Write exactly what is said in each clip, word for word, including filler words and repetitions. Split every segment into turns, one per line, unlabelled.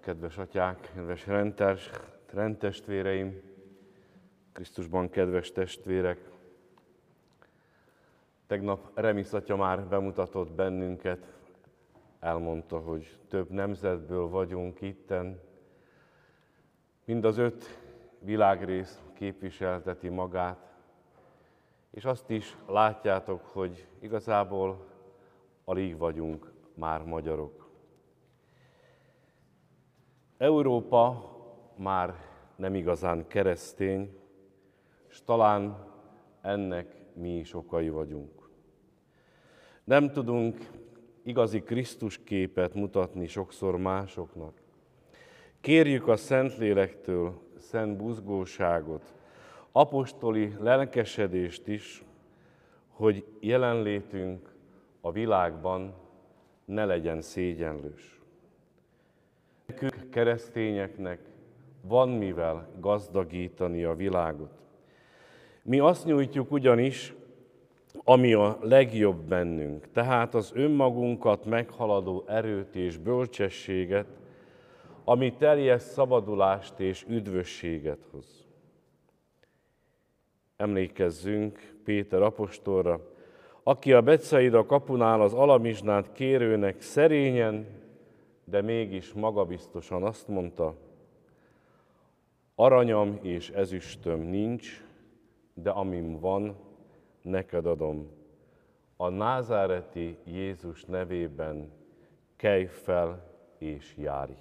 Kedves atyák, kedves rendtárs, rendtestvéreim, Krisztusban kedves testvérek! Tegnap Remisz atya már bemutatott bennünket, elmondta, hogy több nemzetből vagyunk itten. Mind az öt világrész képviselteti magát, és azt is látjátok, hogy igazából alig vagyunk már magyarok. Európa már nem igazán keresztény, és talán ennek mi is okai vagyunk. Nem tudunk igazi Krisztus képet mutatni sokszor másoknak. Kérjük a Szentlélektől szent buzgóságot, apostoli lelkesedést is, hogy jelenlétünk a világban ne legyen szégyenlős. Nekünk, keresztényeknek van mivel gazdagítani a világot. Mi azt nyújtjuk ugyanis, ami a legjobb bennünk, tehát az önmagunkat meghaladó erőt és bölcsességet, ami teljes szabadulást és üdvösséget hoz. Emlékezzünk Péter apostolra, aki a Betsaida kapunál az alamizsnát kérőnek szerényen, de mégis magabiztosan azt mondta: aranyam és ezüstöm nincs, de amim van, neked adom. A názáreti Jézus nevében kelj fel és járj!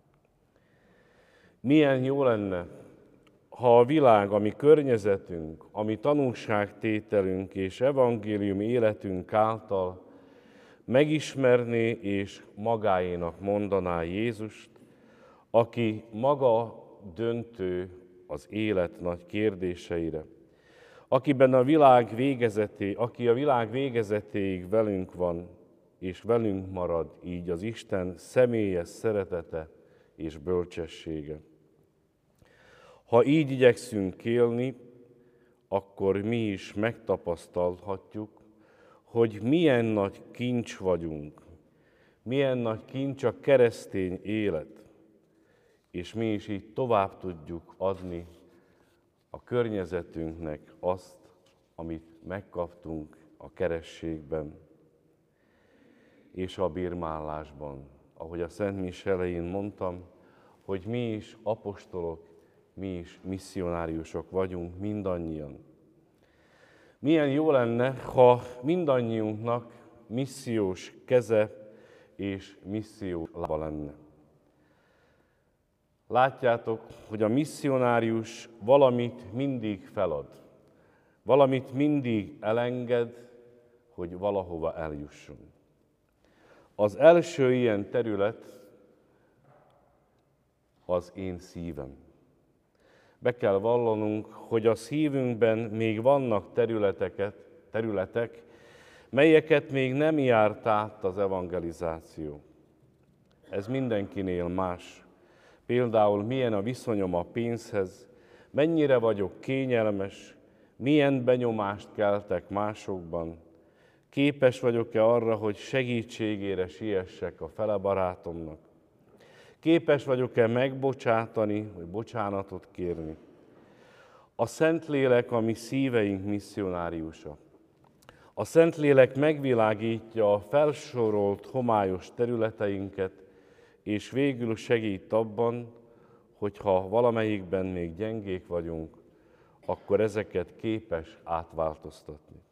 Milyen jó lenne, ha a világ, ami környezetünk, ami tanúságtételünk és evangélium életünk által megismerné és magáénak mondaná Jézust, aki maga döntő az élet nagy kérdéseire, akiben a világ végezeté, aki a világ végezetéig velünk van, és velünk marad így az Isten személyes szeretete és bölcsessége. Ha így igyekszünk élni, akkor mi is megtapasztalhatjuk, hogy milyen nagy kincs vagyunk, milyen nagy kincs a keresztény élet, és mi is így tovább tudjuk adni a környezetünknek azt, amit megkaptunk a kerességben és a bírmálásban. Ahogy a Szent Mise elején mondtam, hogy mi is apostolok, mi is misszionáriusok vagyunk mindannyian. Milyen jó lenne, ha mindannyiunknak missziós keze és missziós lába lenne. Látjátok, hogy a misszionárius valamit mindig felad, valamit mindig elenged, hogy valahova eljusson. Az első ilyen terület az én szívem. Be kell vallanunk, hogy a szívünkben még vannak területeket, területek, melyeket még nem járt át az evangelizáció. Ez mindenkinél más. Például milyen a viszonyom a pénzhez, mennyire vagyok kényelmes, milyen benyomást keltek másokban, képes vagyok-e arra, hogy segítségére siessek a fele barátomnak, képes vagyok-e megbocsátani, vagy bocsánatot kérni. A Szentlélek a mi szíveink misszionáriusa. A Szentlélek megvilágítja a felsorolt homályos területeinket, és végül segít abban, hogyha valamelyikben még gyengék vagyunk, akkor ezeket képes átváltoztatni.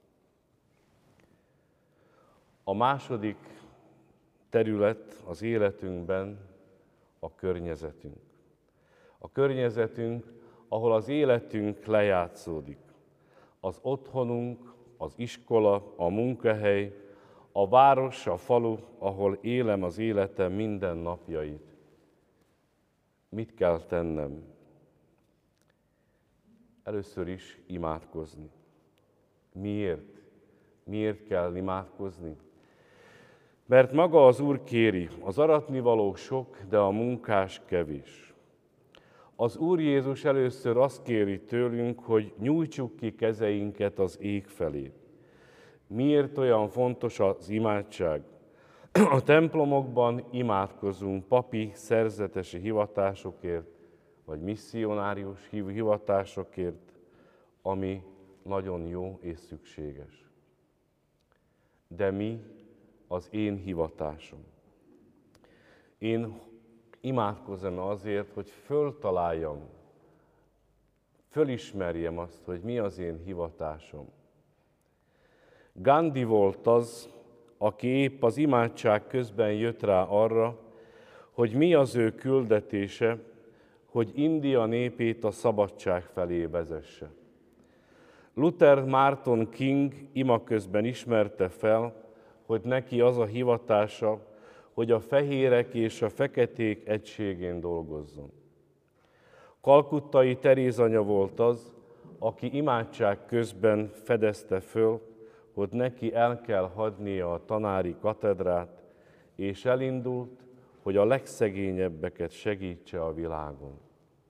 A második terület az életünkben a környezetünk. A környezetünk, ahol az életünk lejátszódik. Az otthonunk, az iskola, a munkahely, a város, a falu, ahol élem az életem minden napjait. Mit kell tennem? Először is imádkozni. Miért? Miért kell imádkozni? Mert maga az Úr kéri, az aratnivaló sok, de a munkás kevés. Az Úr Jézus először azt kéri tőlünk, hogy nyújtsuk ki kezeinket az ég felé. Miért olyan fontos az imádság? A templomokban imádkozunk papi szerzetesi hivatásokért, vagy misszionárius hivatásokért, ami nagyon jó és szükséges. De mi az én hivatásom? Én imádkozom azért, hogy föltaláljam, fölismerjem azt, hogy mi az én hivatásom. Gandhi volt az, aki épp az imádság közben jött rá arra, hogy mi az ő küldetése, hogy India népét a szabadság felé vezesse. Luther Martin King ima közben ismerte fel, hogy neki az a hivatása, hogy a fehérek és a feketék egységén dolgozzon. Kalkuttai Terézanya volt az, aki imádság közben fedezte föl, hogy neki el kell hagynia a tanári katedrát, és elindult, hogy a legszegényebbeket segítse a világon.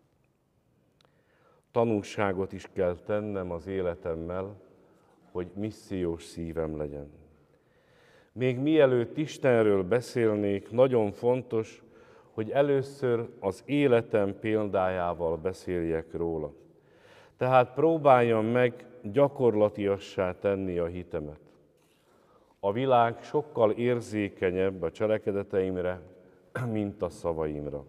Tanúságot is kell tennem az életemmel, hogy missziós szívem legyen. Még mielőtt Istenről beszélnék, nagyon fontos, hogy először az életem példájával beszéljek róla. Tehát próbáljam meg gyakorlatiassá tenni a hitemet. A világ sokkal érzékenyebb a cselekedeteimre, mint a szavaimra.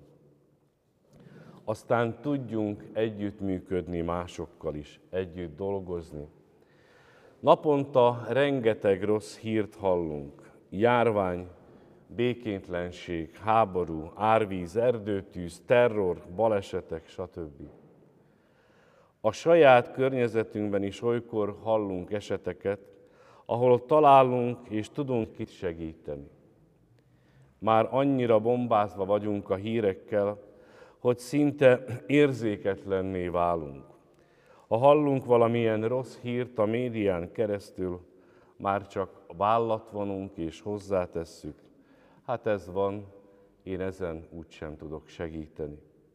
Aztán tudjunk együttműködni másokkal is, együtt dolgozni. Naponta rengeteg rossz hírt hallunk. Járvány, békétlenség, háború, árvíz, erdőtűz, terror, balesetek, stb. A saját környezetünkben is olykor hallunk eseteket, ahol találunk és tudunk kit segíteni. Már annyira bombázva vagyunk a hírekkel, hogy szinte érzéketlenné válunk. Ha hallunk valamilyen rossz hírt a médián keresztül, már csak vállat vonunk és hozzátesszük. Hát ez van, én ezen úgysem tudok segíteni.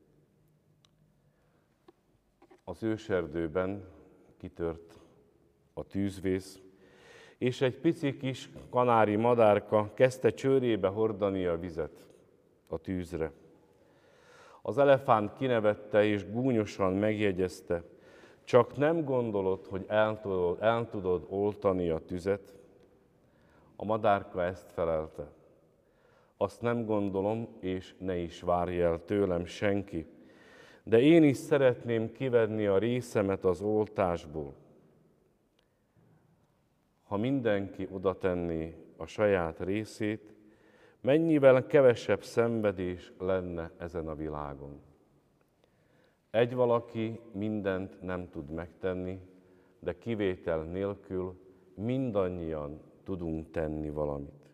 Az őserdőben kitört a tűzvész, és egy pici kis kanári madárka kezdte csőrébe hordani a vizet a tűzre. Az elefánt kinevette és gúnyosan megjegyezte, csak nem gondolod, hogy el tudod, el tudod oltani a tüzet? A madárka ezt felelte. Azt nem gondolom, és ne is várj el tőlem senki, de én is szeretném kivenni a részemet az oltásból. Ha mindenki oda tenné a saját részét, mennyivel kevesebb szenvedés lenne ezen a világon. Egy valaki mindent nem tud megtenni, de kivétel nélkül mindannyian tudunk tenni valamit.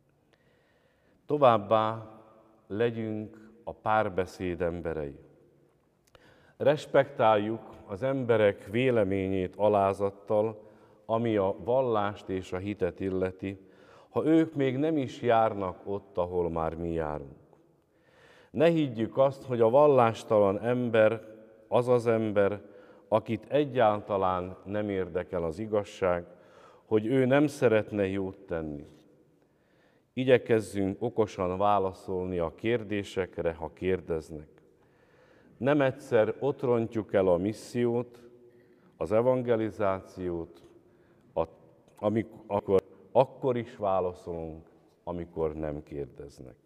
Továbbá legyünk a párbeszéd emberei. Respektáljuk az emberek véleményét alázattal, ami a vallást és a hitet illeti, ha ők még nem is járnak ott, ahol már mi járunk. Ne higgyük azt, hogy a vallástalan ember az az ember, akit egyáltalán nem érdekel az igazság, hogy ő nem szeretne jót tenni. Igyekezzünk okosan válaszolni a kérdésekre, ha kérdeznek. Nem egyszer ott rontjuk el a missziót, az evangelizációt, amikor, akkor is válaszolunk, amikor nem kérdeznek.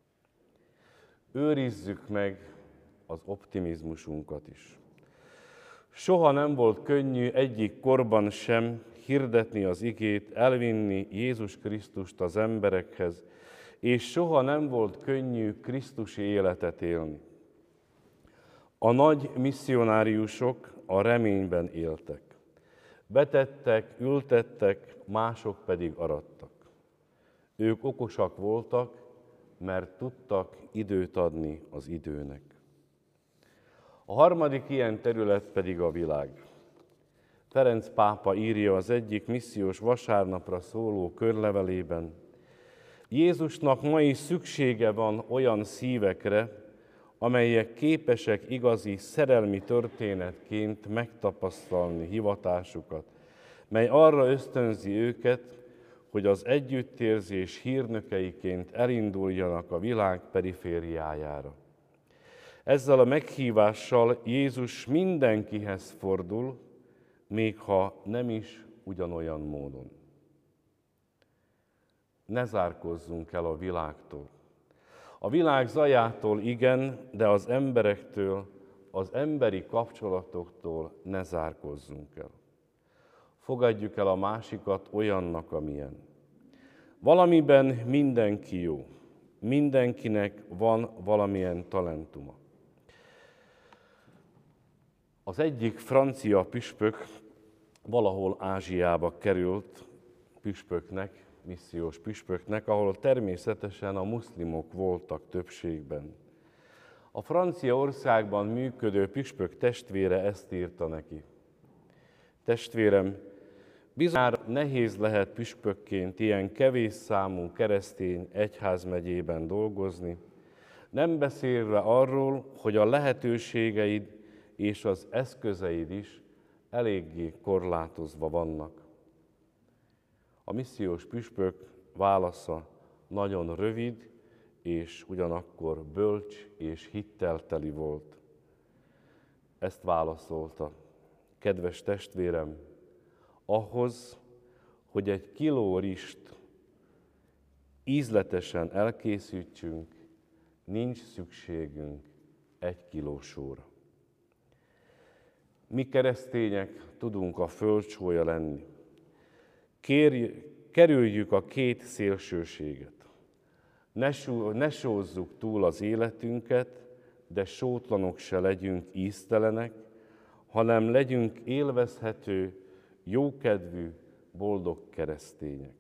Őrizzük meg az optimizmusunkat is. Soha nem volt könnyű egyik korban sem hirdetni az igét, elvinni Jézus Krisztust az emberekhez, és soha nem volt könnyű krisztusi életet élni. A nagy misszionáriusok a reményben éltek. Betettek, ültettek, mások pedig arattak. Ők okosak voltak, mert tudtak időt adni az időnek. A harmadik ilyen terület pedig a világ. Ferenc pápa írja az egyik missziós vasárnapra szóló körlevelében: Jézusnak ma is szüksége van olyan szívekre, amelyek képesek igazi szerelmi történetként megtapasztalni hivatásukat, mely arra ösztönzi őket, hogy az együttérzés hírnökeiként elinduljanak a világ perifériájára. Ezzel a meghívással Jézus mindenkihez fordul, még ha nem is ugyanolyan módon. Ne zárkózzunk el a világtól. A világ zajától igen, de az emberektől, az emberi kapcsolatoktól ne zárkózzunk el. Fogadjuk el a másikat olyannak, amilyen. Valamiben mindenki jó. Mindenkinek van valamilyen talentuma. Az egyik francia püspök valahol Ázsiába került püspöknek, missziós püspöknek, ahol természetesen a muszlimok voltak többségben. A Franciaországban működő püspök testvére ezt írta neki. Testvérem, bizonyára nehéz lehet püspökként ilyen kevés számú keresztény egyházmegyében dolgozni, nem beszélve arról, hogy a lehetőségeid és az eszközeid is eléggé korlátozva vannak. A missziós püspök válasza nagyon rövid, és ugyanakkor bölcs és hittelteli volt. Ezt válaszolta: kedves testvérem, ahhoz, hogy egy kiló rist ízletesen elkészítsünk, nincs szükségünk egy kiló sóra. Mi keresztények tudunk a földcsója lenni. Kérj, kerüljük a két szélsőséget. Ne, só, ne sózzuk túl az életünket, de sótlanok se legyünk íztelenek, hanem legyünk élvezhető, jókedvű, boldog keresztények.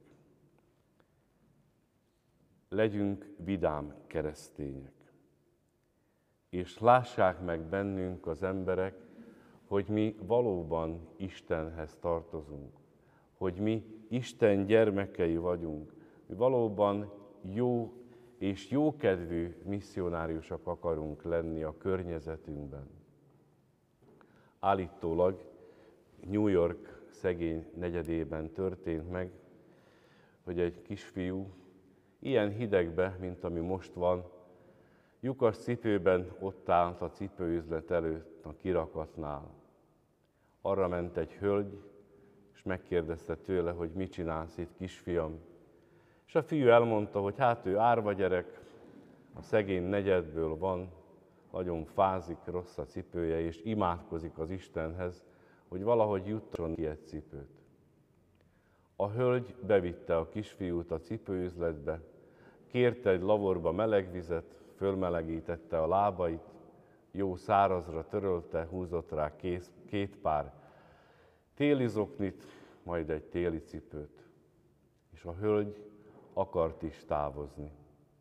Legyünk vidám keresztények. És lássák meg bennünk az emberek, hogy mi valóban Istenhez tartozunk, hogy mi Isten gyermekei vagyunk, mi valóban jó és jókedvű misszionáriusok akarunk lenni a környezetünkben. Állítólag New York szegény negyedében történt meg, hogy egy kisfiú ilyen hidegbe, mint ami most van, lyukas cipőben ott állt a cipőüzlet előtt a kirakatnál. Arra ment egy hölgy, és megkérdezte tőle, hogy mit csinálsz itt, kisfiam. És a fiú elmondta, hogy hát ő árva gyerek, a szegény negyedből van, nagyon fázik, rossz a cipője, és imádkozik az Istenhez, hogy valahogy juttasson ki egy cipőt. A hölgy bevitte a kisfiút a cipőüzletbe, kérte egy lavorba meleg vizet, fölmelegítette a lábait, jó szárazra törölte, húzott rá kész, két pár téli zoknit, majd egy téli cipőt. És a hölgy akart is távozni.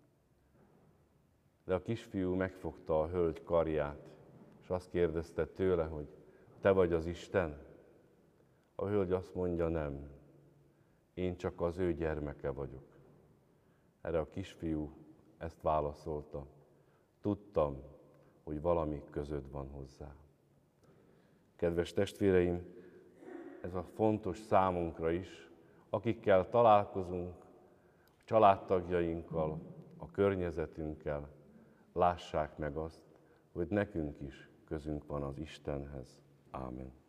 De a kisfiú megfogta a hölgy karját, és azt kérdezte tőle, hogy te vagy az Isten? A hölgy azt mondja, nem, én csak az ő gyermeke vagyok. Erre a kisfiú ezt válaszolta, tudtam, hogy valami közöd van hozzá. Kedves testvéreim, ez a fontos számunkra is, akikkel találkozunk, a családtagjainkkal, a környezetünkkel, lássák meg azt, hogy nekünk is közünk van az Istenhez. Ámen.